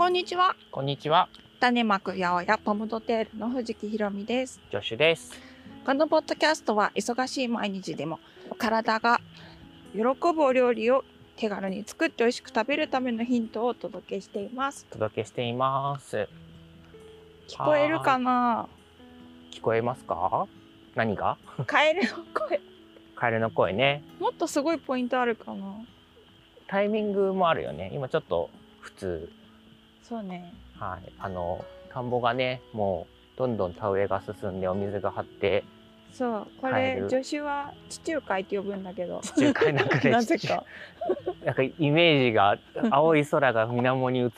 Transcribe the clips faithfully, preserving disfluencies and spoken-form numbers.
こんにちは。 こんにちは。 種まく八百屋ポムドテールの藤木ひろみです。 ジョシュです。 このポッドキャストは忙しい毎日でも体が喜ぶお料理を手軽に作って美味しく食べるためのヒントをお届けしています。 お届けしています。 聞こえるかな？ 聞こえますか？何が？ カエルの声。 カエルの声ね。 もっとすごいポイントあるかな？ タイミングもあるよね。今ちょっと普通。 そうね。 はい。あの田んぼがね、もうどんどん田植えが進んでお水が張って。 そう。これ助手は地中海って呼ぶんだけど。 地中海なんかね。 なぜか。 なんかイメージが青い空が水面に映って。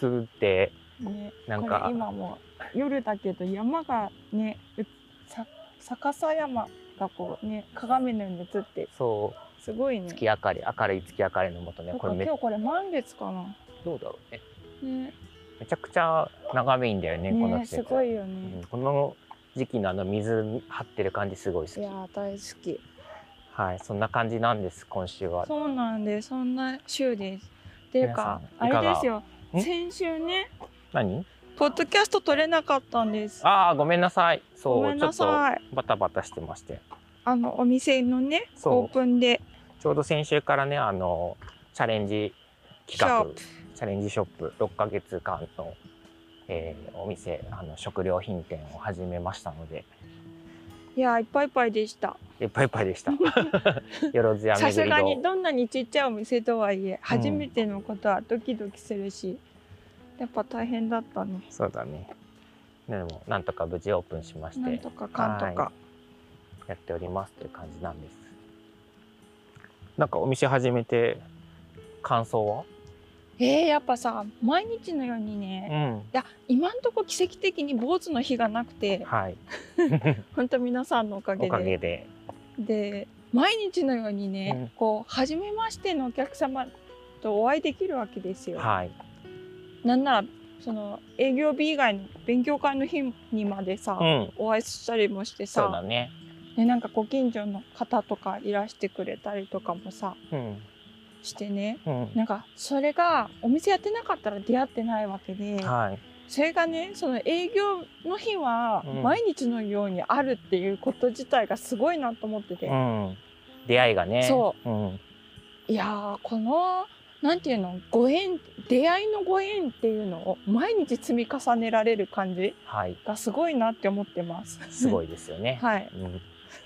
ね、 なんか今も夜だけど山がね、さ逆さ山がこうね鏡のように映って、 そうすごいね。 月明かり、明るい月明かりのもとね。 これ今日これ満月かな。 どうだろうね。 ね、 めちゃくちゃ眺めいいんだよね、 ね、 この季節。 すごいよね。 うん、この時期のあの水張ってる感じすごい好き。 いや大好き。 はい、そんな感じなんです。今週は。 そうなんです。そんな週です。っていうかあれですよ。先週ね。 何？ ポッドキャスト撮れなかったんです。 ああ、ごめんなさい。そう、 ごめんなさい。 ちょっとバタバタしてまして。 あのお店のね、オープンで。 ちょうど先週からね、あのチャレンジ企画、チャレンジショップろっかげつかんの、えー、お店、あの食料品店を始めましたので。 いやいっぱいいっぱいでした。 いっぱいいっぱいでした。よろずやめぐり堂。 さすがにどんなにちっちゃいお店とはいえ、初めてのことはドキドキするし、うん、やっぱ大変だったね。 そうだね。でもなんとか無事オープンしまして、 なんとかかんとかやっておりますという感じなんです。なんかお店始めて感想は？ えー、やっぱさ毎日のようにね、うん、いや今んとこ奇跡的に坊主の日がなくて、はい、本当皆さんのおかげで。おかげで。で毎日のようにね、うん、こう初めましてのお客様とお会いできるわけですよ。はい、なんならその営業日以外の勉強会の日にまでさ、うん、お会いしたりもしてさ。そうだね。でなんかご近所の方とかいらしてくれたりとかもさ。うんしてね、うん、なんかそれがお店やってなかったら出会ってないわけで、はい、それがねその営業の日は毎日のようにあるっていうこと自体がすごいなと思ってて、うん、 出会いがねそう、うん、いやこのなんていうのご縁出会いのご縁っていうのを毎日積み重ねられる感じがすごいなって思ってます。はい、 すごいですよね。はい。うん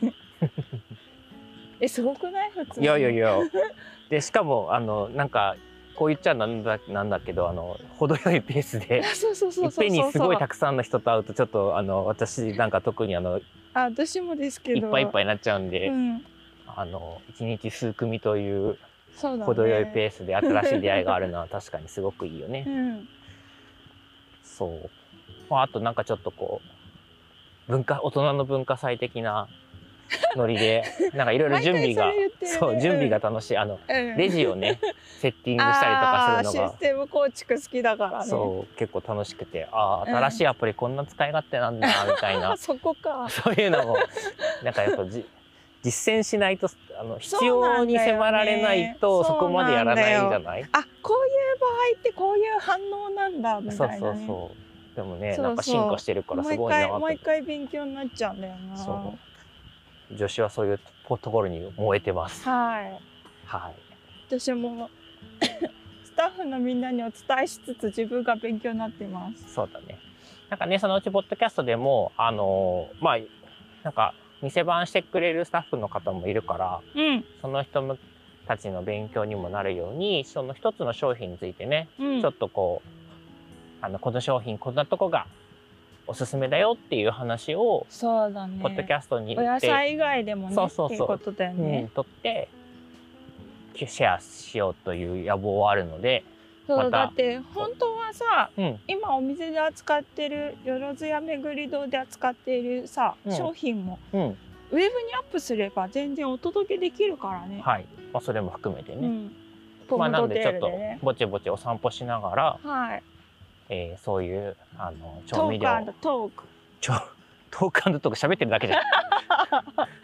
えすごくない普通に。 いやいやいや。でしかもあのなんかこう言っちゃなんだなんだけどあの程よいペースでいっぺんにすごいたくさんの人と会うとちょっとあの私なんか特にあのあ私もですけどいっぱいいっぱいになっちゃうんで、うん、あの一日数組という程よいペースで新しい出会いがあるのは確かにすごくいいよね。うん、そう、まあ、あとなんかちょっとこう文化大人の文化祭的なノリでなんかいろいろ準備がそ、ね、そう準備が楽しいあの、うん、レジをねセッティングしたりとかするのがシステム構築好きだからね。 そう結構楽しくてああ新しいアプリこんな使い勝手なんだみたいな、うん、 そこかそういうのもなんかやっぱじ実践しないとあの必要に迫られないと そ,、ね、そこまでやらないんじゃない？ あこういう場合ってこういう反応なんだみたいな、ね、 そうそうそうでもねそうそうなんか進化してるからすごいなと毎回勉強になっちゃうんだよな。 そう女子はそういうところに燃えてます。はい。 はい。私もスタッフのみんなにお伝えしつつ自分が勉強になってます。 そうだね。なんかねそのうちポッドキャストでもあのー、まあなんか店番してくれるスタッフの方もいるから、うん、その人たちの勉強にもなるようにその一つの商品についてね、うん、ちょっとこうあのこの商品こんなとこがおすすめだよっていう話をそうだねポッドキャストにお野菜以外でもねそうそうそうっていうことだよね、 うん、取ってシェアしようという野望はあるのでそう、ま、だって本当はさ、うん、今お店で扱ってるよろずやめぐり堂で扱っているさ、うん、商品も、うん、ウェブにアップすれば全然お届けできるからね。 はい、まあ、それも含めてね、うん、まあなんでちょっとぼちぼちお散歩しながら、はいえー、そういうあの調味料トークトークトークトーク喋ってるだけじゃん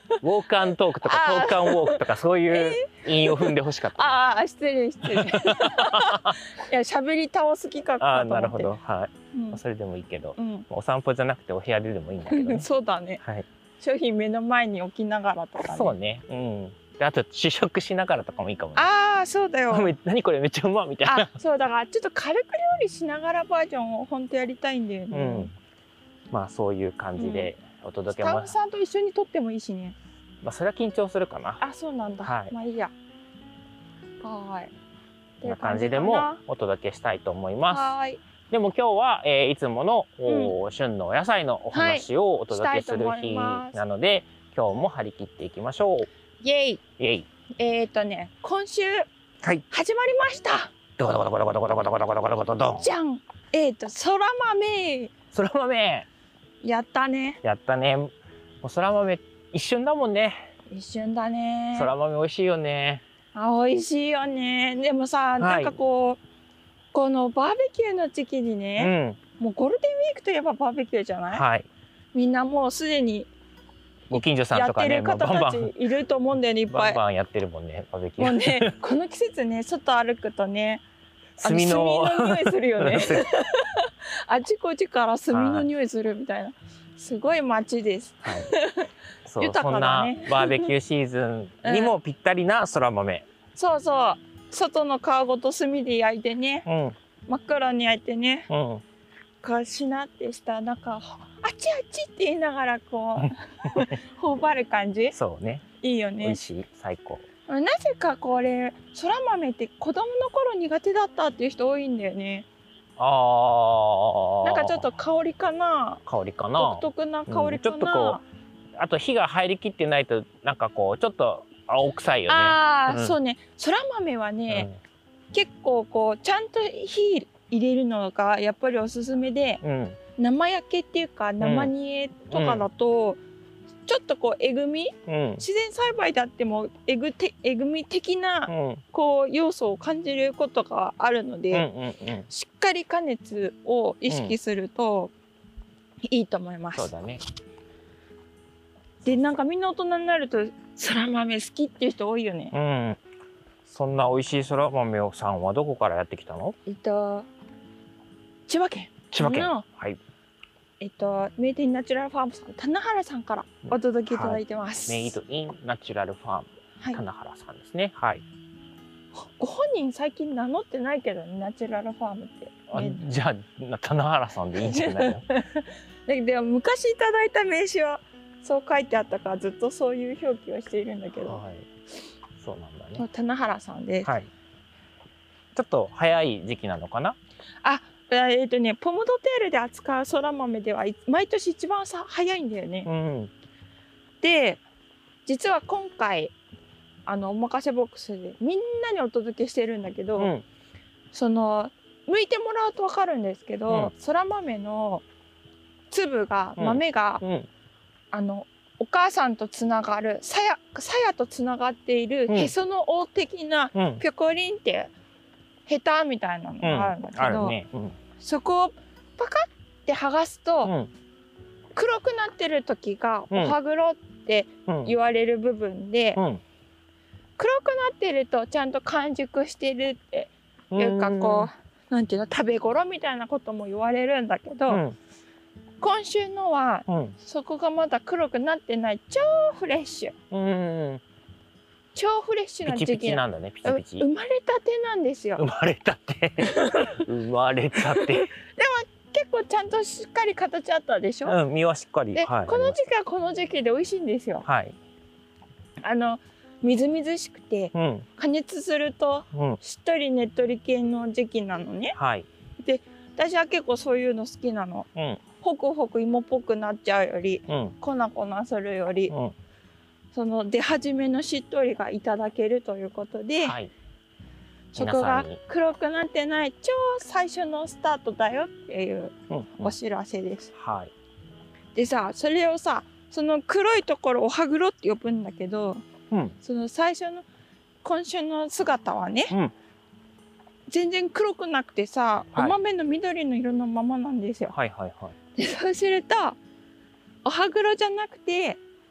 ウォークアントークとかトークアンウォークとかそういう韻を踏んでほしかった。 ああ、失礼失礼。いや、喋り倒す企画かと思って。 あ、なるほど、はい。うん、それでもいいけど、うん、お散歩じゃなくてお部屋ででもいいんだけど、ね。 そうだね。はい。商品目の前に置きながらとか、ね。 そうね。うん。で、あと試食しながらとかもいいかもね。 ああ、そうだよ。 何これめっちゃうまみたいな。 そうだからちょっと軽く料理しながらバージョンを本当やりたいんだよね。うん、 まあそういう感じでお届けも。 スタッフさんと一緒に撮ってもいいしね。 まあそれは緊張するかな。 あ、そうなんだ。はい、まあいいや。はい。 こんな感じでもお届けしたいと思います。はい。でも今日は、えー、いつもの、うん、旬のお野菜のお話をお届けする日なので、はい、今日も張り切っていきましょう。 イエイ。 イエイ。 えっとね、今週、はい、始まりました。 どこどこどこどこどこどこどこどこどこどこどこ。 じゃん。えっと、そら豆。 そら豆。 やったね。 やったね。もうそら豆一瞬だもんね。 一瞬だね。 そら豆美味しいよね。 あ、美味しいよね。でもさ、はい、なんかこう。このバーベキューの時期にね、うん、もうゴールデンウィークといえばバーベキューじゃない？はい。みんなもうすでにご近所さんとかね、 やってる方たちいると思うんだよね、いっぱい。 バンバンやってるもんね、バーベキュー。 もうね、この季節ね、外歩くとね、炭の匂いするよね。あちこちから炭の匂いするみたいな、すごい街です。はい、 そう、豊かだね。そんなバーベキューシーズンにもぴったりなそら豆。 そうそう。外の皮ごと炭で焼いてね、うん、真っ暗に焼いてね、うん、こうしなってした中、あっちあっちって言いながらこう頬張る感じ。 そうね。いいいよね。 美味しい、最高。 なぜかこれそら豆って子供の頃苦手だったっていう人多いんだよね。ああ。なんかちょっと香りかな。 香りかな。 独特な香りかな。うん、 ちょっとこう、あと火が入りきってないとなんかこうちょっと。青臭いよね。 ああ、うん、そうね。そら豆はね、うん、結構こうちゃんと火入れるのがやっぱりおすすめで、うん、生焼けっていうか生煮えとかだと、うん、ちょっとこうえぐみ、うん、自然栽培であってもえぐてえぐみ的な、うん、こう要素を感じることがあるので、うんうんうん、しっかり加熱を意識するといいと思います。 そうだね。 で、なんかみんな大人になるとそら豆好きっていう人多いよね。 うん。そんな美味しいそら豆をさんはどこからやってきたの？ えっと千葉県。 千葉県のはい。 えっとメイドインナチュラルファームさん棚原さんからお届けいただいてます。 はい、メイドインナチュラルファーム、はい、棚原さんですね。はい。 ご本人最近名乗ってないけどね、ナチュラルファームって。 あ、じゃあ棚原さんでいいんじゃないの？だけど昔いただいた名刺は。そう書いてあったからずっとそういう表記をしているんだけど、はい、 そうなんだね。 棚原さんです、はい、 ちょっと早い時期なのかな。 あ、えっとねポムドテールで扱うそら豆では毎年一番さ早いんだよね、うん、で実は今回あのおまかせボックスでみんなにお届けしてるんだけど、うん、その剥いてもらうと分かるんですけど、そら豆の粒が、うん、豆が、うんあのお母さんとつながるさやさやとつながっているへその緒的なぴょこりんってヘタみたいなのがあるんだけど、うんねうん、そこをパカッて剥がすと、うん、黒くなってる時がお歯黒って言われる部分で、うん、黒くなってるとちゃんと完熟してるっていうかこうなんていうの食べ頃みたいなことも言われるんだけど。うん今週のは、うん、そこがまだ黒くなってない超フレッシュ、うん、超フレッシュな時期。 ピチピチなんだね。ピチピチ。 生まれたてなんですよ。 生まれたて生まれたてでも結構ちゃんとしっかり形あったでしょ。 うん、身はしっかり。 で、はい、この時期はこの時期で美味しいんですよ。はい。あのみずみずしくて、うん、加熱すると、うん、しっとりねっとり系の時期なのね。はい。で、私は結構そういうの好きなの。うん。ホクホク芋っぽくなっちゃうより、うん、粉粉するより、うん、その出始めのしっとりがいただけるということで、はい、そこが黒くなってない超最初のスタートだよっていうお知らせです。うんうんはい、でさ、それをさ、その黒いところをお歯黒って呼ぶんだけど、うん、その最初の今週の姿はね、うん、全然黒くなくてさ、はい、お豆の緑の色のままなんですよ。はいはいはい。でそうするとお歯黒じゃなくて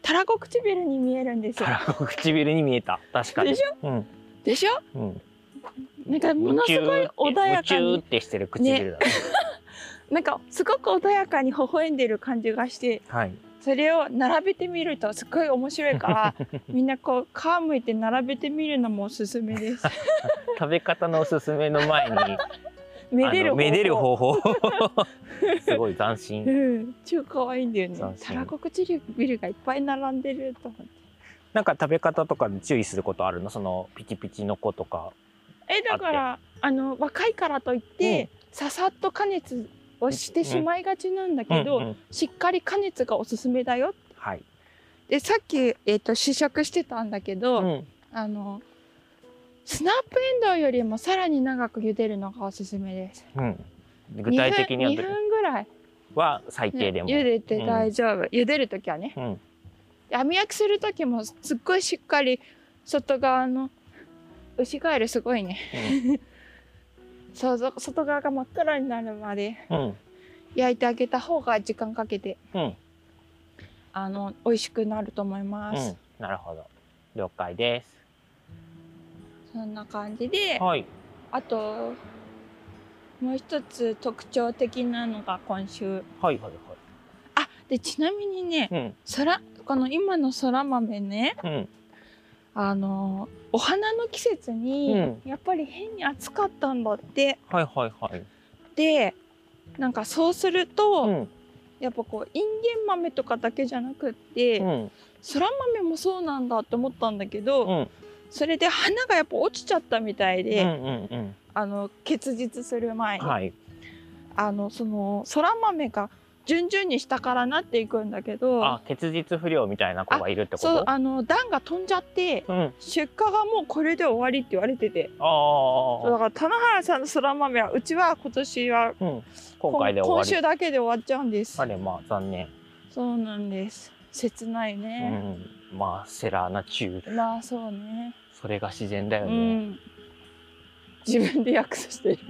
たらこ唇に見えるんですよ。 たらこ唇に見えた。確かに。 でしょ？うん、でしょ？うん。なんかものすごい穏やかに。 宇宙ってしてる唇だね。 なんかすごく穏やかに微笑んでる感じがして、はい、それを並べてみるとすごい面白いからみんなこう皮むいて並べてみるのもおすすめです。 食べ方のおすすめの前にめでる方法。 めでる方法すごい斬新、 うん、超可愛いんだよね。たらこ唇がいっぱい並んでると思って。 なんか食べ方とかで注意することあるの？そのピチピチの子とか。 えだからあの若いからといって、うん、ささっと加熱をしてしまいがちなんだけど、うんうんうん、しっかり加熱がおすすめだよ。はい、でさっき、えー、と試食してたんだけど、うん、あのスナップエンドウよりもさらに長く茹でるのがおすすめです。うん、 具体的にはにふんぐらいは最低でも、 ね、茹でて大丈夫、うん、茹でる時はね、うん、網焼きする時もすっごいしっかり外側の牛ガエルすごいね、うん、そう外側が真っ黒になるまで焼いてあげた方が時間かけて、うん、あの美味しくなると思います、 うん、なるほど、了解です。 そんな感じで、はい、あともう一つ特徴的なのが今週、はいはいはい、あでちなみにね、うん、空この今のそら豆ね、うん、あのお花の季節にやっぱり変に暑かったんだって、うん、はいはいはい。でなんかそうすると、うん、やっぱこうインゲン豆とかだけじゃなくって、うん、そら豆もそうなんだって思ったんだけど、うん、それで花がやっぱ落ちちゃったみたいで、うんうんうん、あの結実する前に、はい、あのそのそら豆が順々に下からなっていくんだけど、 あ、結実不良みたいな子がいるってこと？ そう、あの段が飛んじゃって、うん、出荷がもうこれで終わりって言われてて、あそうだから棚原さんのそら豆はうちは今年は、うん、今回で終わり、今週だけで終わっちゃうんです。 あれまあ残念。 そうなんです。切ないね。 うん、まあセラナチュール。 まあそうね。 それが自然だよね。うん、 自分で訳している。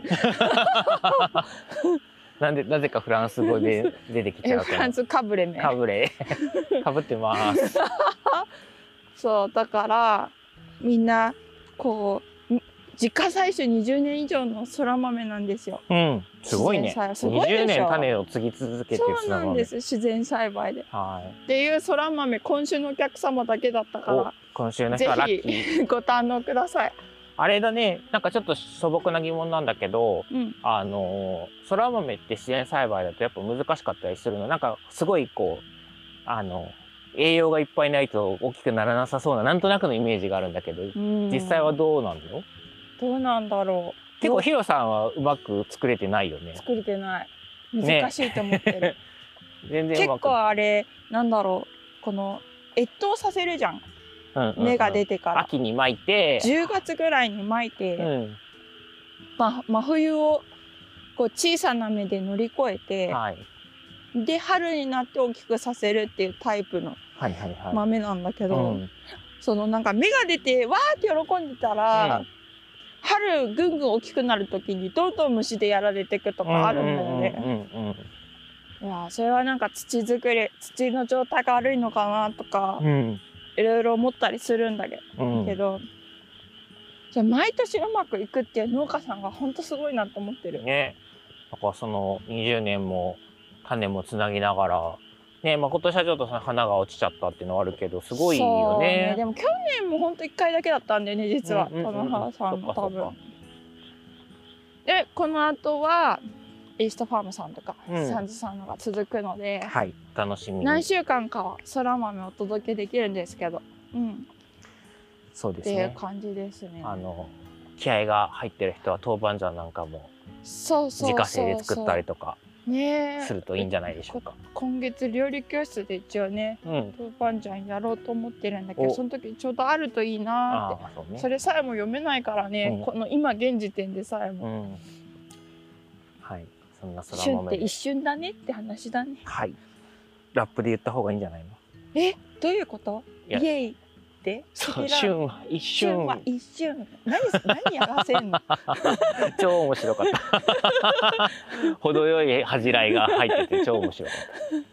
なんでなぜかフランス語で出てきちゃう。 フランスかぶれね。 かぶれ。かぶってます。 そうだからみんなこう自家採取にじゅうねん以上のそら豆なんですよ。 うん、すごいね。すごいでしょ。にじゅうねん種を継ぎ続けてる。 そうなんです。自然栽培で。はい。っていうそら豆今週のお客様だけだったから。 今週の人はラッキー。 ご堪能ください。 あれだね、なんかちょっと素朴な疑問なんだけど、うん、あのそら豆って自然栽培だとやっぱ難しかったりするの？なんかすごいこうあの栄養がいっぱいないと大きくならなさそうななんとなくのイメージがあるんだけど、実際はどうなの？ どうなんだろう。結構ヒロさんはうまく作れてないよね。 作れてない。難しいと思ってる。ね、全然うまく。結構あれなんだろう、この越冬させるじゃん。芽が出てから秋にまいてじゅうがつぐらいにまいて、うん、ま、真冬をこう小さな芽で乗り越えて、はい、で春になって大きくさせるっていうタイプの豆なんだけど、はいはいはい、うん、そのなんか芽が出てわーって喜んでたら、うん、春ぐんぐん大きくなる時にどんどん虫でやられていくとかあるんだよね。いやそれはなんか土作り土の状態が悪いのかなとか。うん、いろいろ思ったりするんだけど、うん、けどじゃ毎年うまくいくっていう農家さんが本当すごいなと思ってる。 ね、だからそのにじゅうねんも種もつなぎながら、ね、まあ、今年はちょっと花が落ちちゃったっていうのはあるけどすごいよね。ね、 でも去年も本当いっかいだけだったんだよね実は、棚原さんの多分。でこの後はイーストファームさんとか、うん、サンズさんのが続くので、 はい、楽しみに何週間かはそら豆をお届けできるんですけど、うん、 そうですね。 っていう感じですね。 あの気合が入ってる人は豆板醤なんかも自家製で作ったりとかするといいんじゃないでしょうか。ね、 今月料理教室で一応ね、うん、豆板醤やろうと思ってるんだけど、その時ちょうどあるといいなって。 そ,、ね、それさえも読めないからね、うん、この今現時点でさえも、うん、はい、そんなそら豆って一瞬だねって話だね。 はい。ラップで言った方がいいんじゃないの？ え、どういうこと？イエイって？ そう、旬は一瞬。 旬は一瞬。何何やらせんの？ 超面白かった。程よい恥じらいが入ってて超面白かっ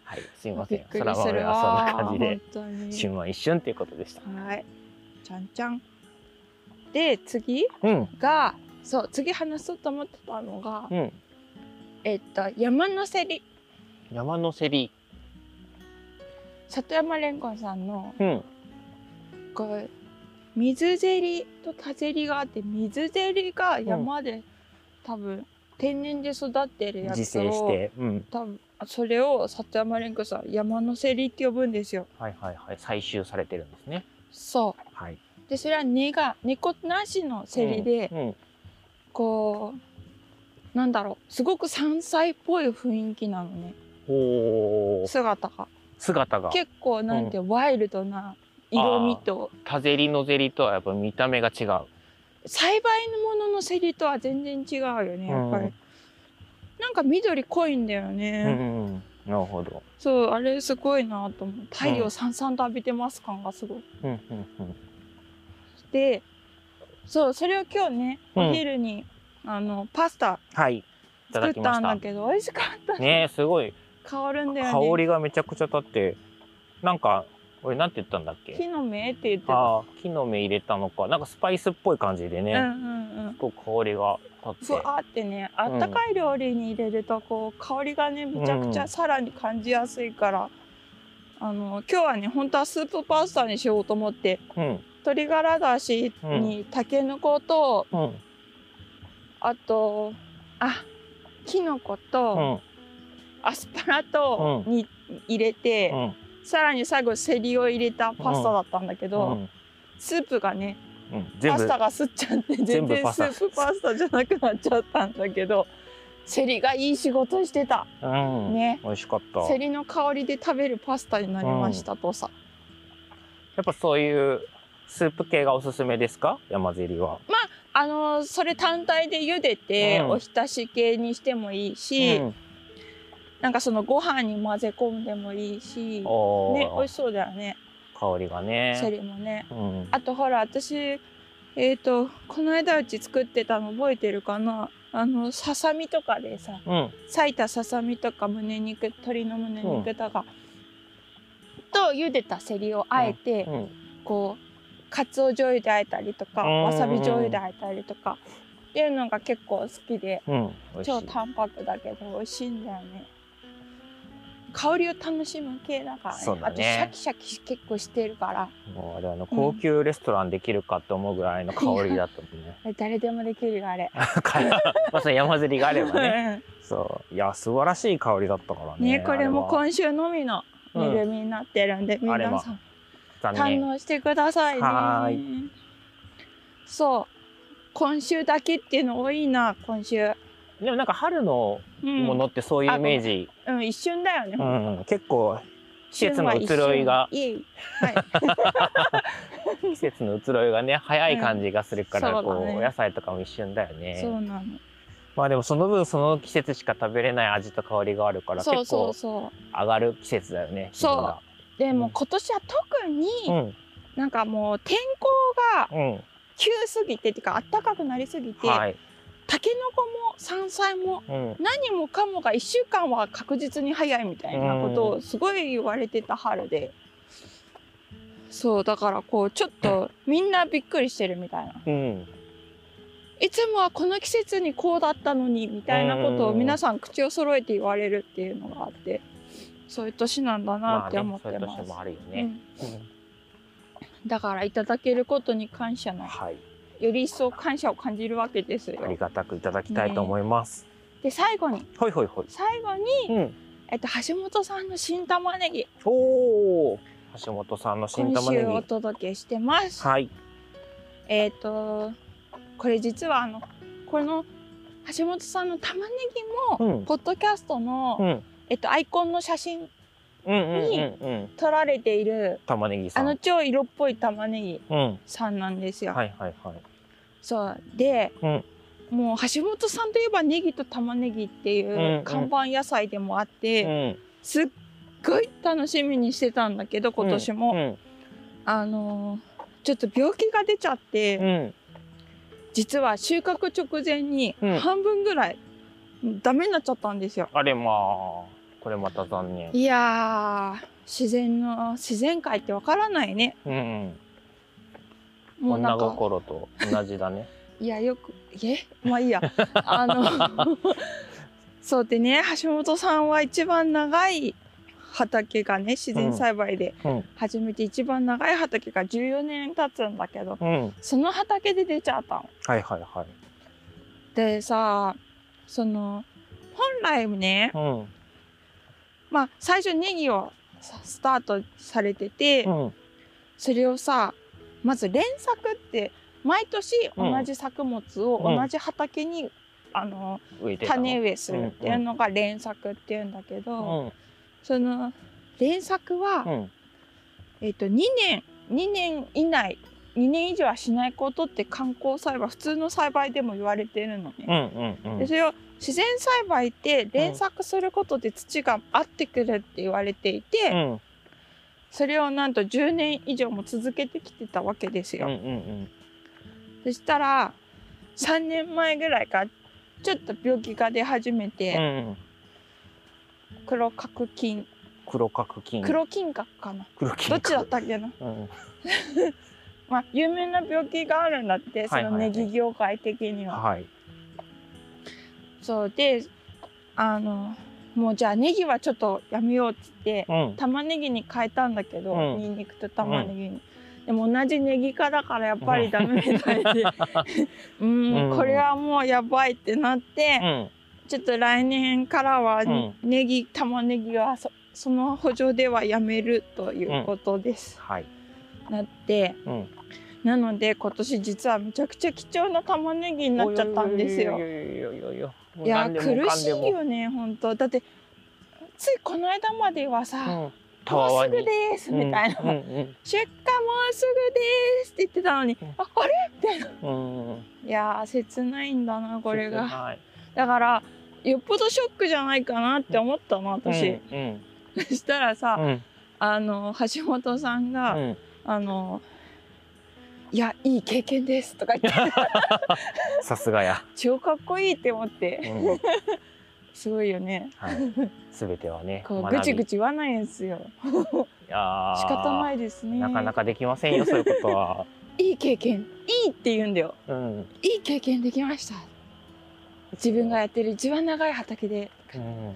はい、すみません。そら豆はそんな感じで旬は一瞬ということでした。 はい。じゃんじゃん。で次が、うん、そう次話そうと思ってたのが、うん、えっと山のせり。 山のせり。 里山れんこんさんの、うん、こう水ゼリと田ゼリがあって、水ゼリが山で、うん、多分天然で育ってるやつを自生して、うん、多分それを里山れんこんさん山のせりって呼ぶんですよ。 はいはいはい、採集されてるんですね。 そう。はい。でそれは根が根っこなしのせりで、うんうん、こうなんだろう、すごく山菜っぽい雰囲気なのね。お姿が。 姿が。 結構なんて、うん、ワイルドな色味と。 田ゼリのゼリとはやっぱ見た目が違う。 栽培のもののせりとは全然違うよね、やっぱり。うん、なんか緑濃いんだよね。うんうん、 なるほど。 そう、あれすごいなと思う。太陽さんさんと浴びてます感がすごい。うんうんうん、で、そう、それを今日ね、お昼に、うん、あのパスタ作ったんだけど、美味しかったね。すごい香るんだよね。 香りがめちゃくちゃ立って、なんか俺なんて言ったんだっけ？ 木の芽って言ってた。 ああ、木の芽入れたのか、なんかスパイスっぽい感じでね。うんうんうん。すごく香りが立って。 ふわってね、あったかい料理に入れるとこう香りがねめちゃくちゃさらに感じやすいから、うん、あの今日はね本当はスープパスタにしようと思って、うん、鶏ガラだしにたけのこと、うん、あとあきのこと、うん、アスパラとに入れて、うん、さらに最後セリを入れたパスタだったんだけど、うん、スープがね、うん、パスタが吸っちゃって全然スープパスタじゃなくなっちゃったんだけど、セリがいい仕事してた、うん、ね、 美味しかった。 セリの香りで食べるパスタになりましたとさ、うん、 やっぱそういうスープ系がおすすめですか？山ゼリは。 まああのー、それ単体で茹でて、うん、おひたし系にしてもいいし、うん、なんかそのご飯に混ぜ込んでもいいし、ね、美味しそうだよね。 香りがね。 セリもね。うん、あとほら私えっとこの間うち作ってたの覚えてるかな？あのささみとかでさ、うん、裂いたささみとか胸肉、鶏の胸肉とか、うん、と茹でたセリをあえて、うんうん、こうかつお醤油であえたりとか、わさび醤油であえたりとかっていうのが結構好きで、うん、超淡白だけど美味しいんだよね。香りを楽しむ系だからね。そうだね。あとシャキシャキ結構してるから。 もうあれあの高級レストランできるかって思うぐらいの香りだったもんね。 誰でもできるよあれ。 まさに山ゼリがあればね。そう、いや素晴らしい香りだったからね。 ね、これも今週のみの恵みになってるんで、うん、皆さん堪能してくださいね。はい。そう、今週だけっていうの多いな今週。 でもなんか春のものってそういうイメージ、 うん、うん、一瞬だよね、 うん、結構季節の移ろいが、はい、季節の移ろいがね早い感じがするから、うん、こう、ね、お野菜とかも一瞬だよね。 そうなの。 まあでもその分その季節しか食べれない味と香りがあるから結構上がる季節だよね。 そうでも今年は特に、うん、なんかもう天候が急すぎてっていうか暖かくなりすぎて、はい、タケノコも山菜も何もかもがいっしゅうかんは確実に早いみたいなことをすごい言われてた春で、そうだからこうちょっとみんなびっくりしてるみたいな、うん、いつもはこの季節にこうだったのにみたいなことを皆さん口を揃えて言われるっていうのがあって、そういう年なんだなって思ってます。だからいただけることに感謝の、はい、より一層感謝を感じるわけですよ。 ありがたくいただきたいと思います。 ね、で最後に、 ほいほいほい。 最後に、うん、えっと橋本さんの新玉ねぎ。 おお、橋本さんの新玉ねぎ。 今週お届けしてます。はい。えっとこれ実はあのこの橋本さんの玉ねぎも、うん、ポッドキャストの、うん、えっとアイコンの写真に撮られている玉ねぎさん、 あの超色っぽい玉ねぎさんなんですよ。はいはいはい。そうで、うん、もう橋本さんといえばネギと玉ねぎっていう看板野菜でもあって、うんうん、すっごい楽しみにしてたんだけど今年も、うんうん、あのちょっと病気が出ちゃって、うん、実は収穫直前に半分ぐらいダメになっちゃったんですよ。 あれまあこれまた残念。 いやー、自然の自然界ってわからないね。 うんうん。もう女心と同じだね。 いや、よくえまあいいや。あのそうでね、橋本さんは一番長い畑がね、自然栽培で始めて一番長い畑がじゅうよねん経つんだけど、うん、その畑で出ちゃったの。 はいはいはい。 でさ、その本来ね、うん、まあ最初ネギをスタートされてて、うん、それをさ、まず連作って毎年同じ作物を同じ畑に、うん、あの種植えするっていうのが連作っていうんだけど、うん、その連作は、うん、えっとにねんにねん以内にねん以上はしないことって観光栽培普通の栽培でも言われているのね。でそれを自然栽培って連作することで土が合ってくるって言われていて、うん、それをなんとじゅうねん以上も続けてきてたわけですよ。そしたらさんねんまえぐらいからちょっと病気が出始めて、うん、黒角菌黒角菌黒金閣かなどっちだったっけな、うん、まあ有名な病気があるんだって、そのネギ業界的には。はい、そうで、あのもうじゃあネギはちょっとやめようっつって、うん、玉ねぎに変えたんだけど、うん、ニンニクと玉ねぎに。でも同じネギ科だからやっぱりダメみたいでうん、これはもうやばいってなって、うん、ちょっと来年からはネギ、うん、玉ねぎは そ, その補助ではやめるということです。うん、はい、なって、うん、なので今年実はめちゃくちゃ貴重な玉ねぎになっちゃったんですよ。いや苦しいよね本当。だってついこの間まではさ、うんもうすぐですみたいな、うんうんうん、出荷もうすぐですって言ってたのに、うん、ああれみたいな、うん、いやー切ないんだなこれが。だからよっぽどショックじゃないかなって思ったの私、うんうん、そしたらさ、うん、あの橋本さんが、うん、あのいやいい経験ですとか言ってさすがや超かっこいいって思って、うん、すごいよね。 はい、全てはね、 こうぐちぐち言わないんですよ。いや仕方ないですね。 なかなかできませんよそういうことは。 いい経験、いいって言うんだよ。うん、いい経験できました。自分がやってる一番長い畑で。うん、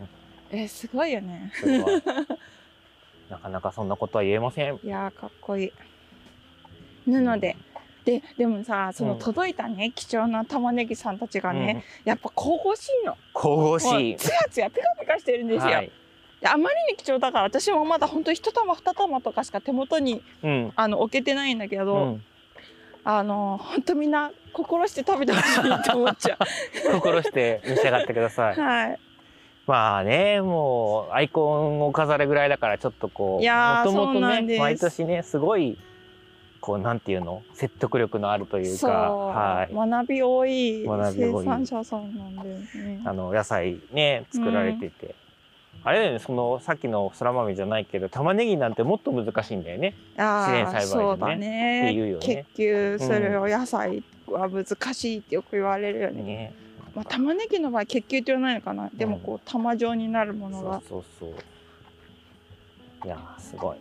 えすごいよね。 なかなかそんなことは言えません。 いやかっこいい。なので。ででもさその届いたね、うん、貴重な玉ねぎさんたちがね、うん、やっぱ神々しいの。 神々しい。 つやつやピカピカしてるんですよ。はい、であまりに貴重だから私もまだ本当一玉二玉とかしか手元に、うん、あの置けてないんだけど、うん、あの本当みんな心して食べてほしいって思っちゃう。 心して召し上がってください。はい。まあねもうアイコンを飾るぐらいだからちょっとこうもともとね毎年ねすごい。こうなんていうの説得力のあるというか、 はい、学び多い生産者さんなんでね。 あの野菜ね作られてて、うん、あれだよねそのさっきのそら豆じゃないけど玉ねぎなんてもっと難しいんだよね。自然栽培でね。そうだね。っていうよね。 結局それを野菜は難しいってよく言われるよね。うん、ねまあ玉ねぎの場合結球って言わないのかな。でもこう玉状になるものが。 そうそうそう。いやすごい。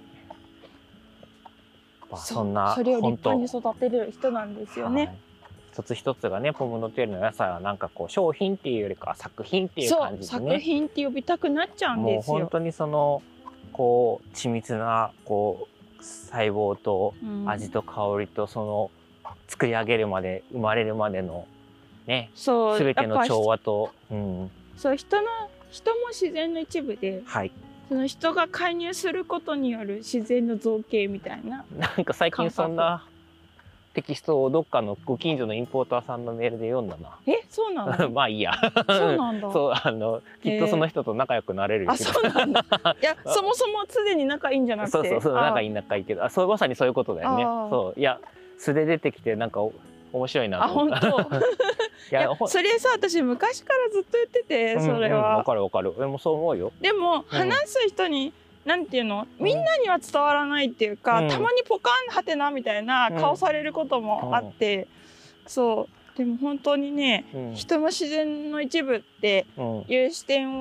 そんなそれを立派に育てる人なんですよね。はい、 一つ一つがねポムドテールの野菜はなんかこう商品っていうよりか作品っていう感じでね。 作品って呼びたくなっちゃうんですよ。 もう本当にそのこう緻密なこう細胞と味と香りとその作り上げるまで生まれるまでのね全ての調和と、うん、 そう人の人も自然の一部で。はい。その人が介入することによる自然の造形みたいな。 なんか最近そんなテキストをどっかのご近所のインポーターさんのメールで読んだな。 え、そうなの？ まあいいや。 そうなんだ。 そうあのきっとその人と仲良くなれる。 あ、そうなんだ。いやそもそもすでに仲いいんじゃなくて。 そうそうそう仲いい仲いいけど、あそうまさにそういうことだよね。そういや素で出てきてなんか面白いなと思った。あ本当。 いやそれさ私昔からずっと言っててそれは。 わかるわかる。でもそう思うよ。 でも話す人になんていうのみんなには伝わらないっていうか、たまにポカンはてなみたいな顔されることもあって、そうでも本当にね、人の自然の一部っていう視点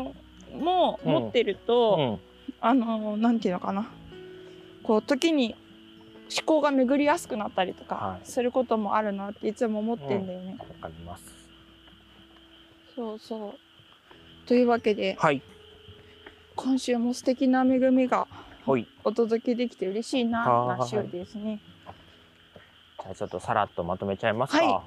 も持ってると、うんうん、あのなんていうのかな、こう時に思考が巡りやすくなったりとかすることもあるなっていつも思ってんだよね。わ、 うん、かります。 そうそう。というわけで、 はい、 今週も素敵な恵みがお届けできて嬉しいなな週ですね。 じゃあちょっとさらっとまとめちゃいますか。 はい、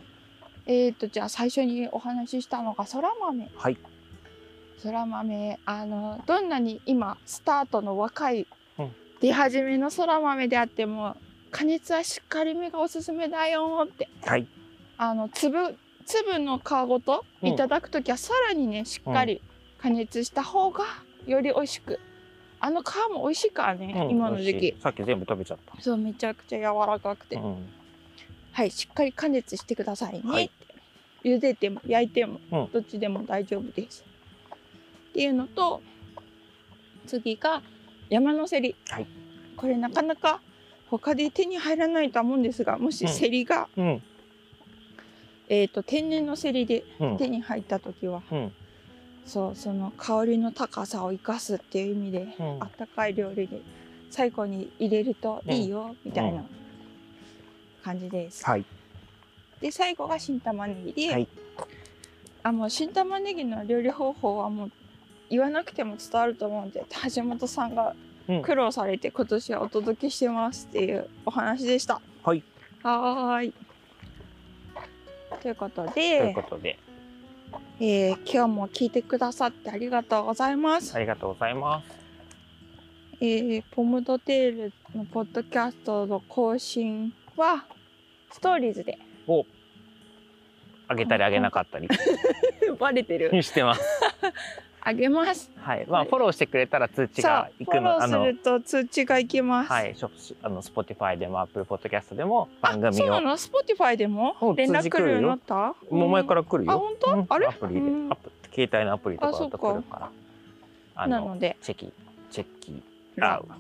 えっとじゃあ最初にお話ししたのがそら豆。 はい。 そら豆、あのどんなに今スタートの若い、うん、出始めのそら豆であっても加熱はしっかりめがおすすめだよって。 はい。 あの粒粒の皮ごといただくときはさらにねしっかり加熱した方がより美味しく、あの皮も美味しいからね、うん、今の時期。 さっき全部食べちゃった。 そう、めちゃくちゃ柔らかくて、うん、はい、しっかり加熱してくださいね、はい、茹でても焼いても、うん、どっちでも大丈夫です。っていうのと、次が山のせり、はい、これなかなか他で手に入らないとは思うんですが、もしせりが、うんうん、えーと天然のせりで手に入った時は、うん、そうその香りの高さを生かすっていう意味で、うん、あったかい料理で最後に入れるといいよ、うん、みたいな感じです。はい、で最後が新玉ねぎで、はい、あもう新玉ねぎの料理方法はもう言わなくても伝わると思うんで、橋本さんが苦労されて今年はお届けしてますっていうお話でした。 はい。 はーい。ということで、ということで、 えー、今日も聞いてくださってありがとうございます。 ありがとうございます。 えー、ポムドテールのポッドキャストの更新はストーリーズで。 お。あげたりあげなかったり。 バレてる。 してます。 あげます。 はい、まあフォローしてくれたら通知がいくの。 フォローすると通知がいきます。 はい、あの Spotify でも Apple Podcast でも番組を。 そうなの？ Spotify でも連絡来るようになった？ もう前から来るよ。 あ、本当？うん、あれ？ アプリで、アプ携帯のアプリとかだと来るから。 あのなのでチェキチェキラウ。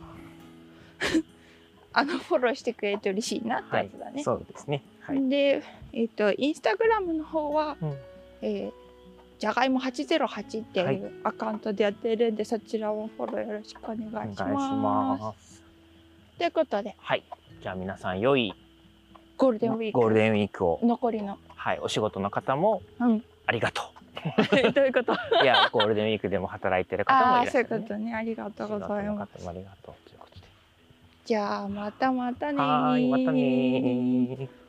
あのフォローしてくれると嬉しいなってやつだね。はい、 そうですね。はい、 で、えっとインスタグラムの方は、うん、えーじゃがいもはちゼロはちっていうアカウントでやってるんで、はい、そちらもフォローよろしくお願いします。お願いします。ということで、 はい、じゃあ皆さん良いゴールデンウィーク、 ゴールデンウィークを残りの、 はい、お仕事の方も、うん、ありがとう。どういうこと？ いや、ゴールデンウィークでも働いてる方もいらっしゃる、ね。 そういうことね。ありがとうございます。 ありがとうということで。 じゃあまたまたねー。 はい、またねー。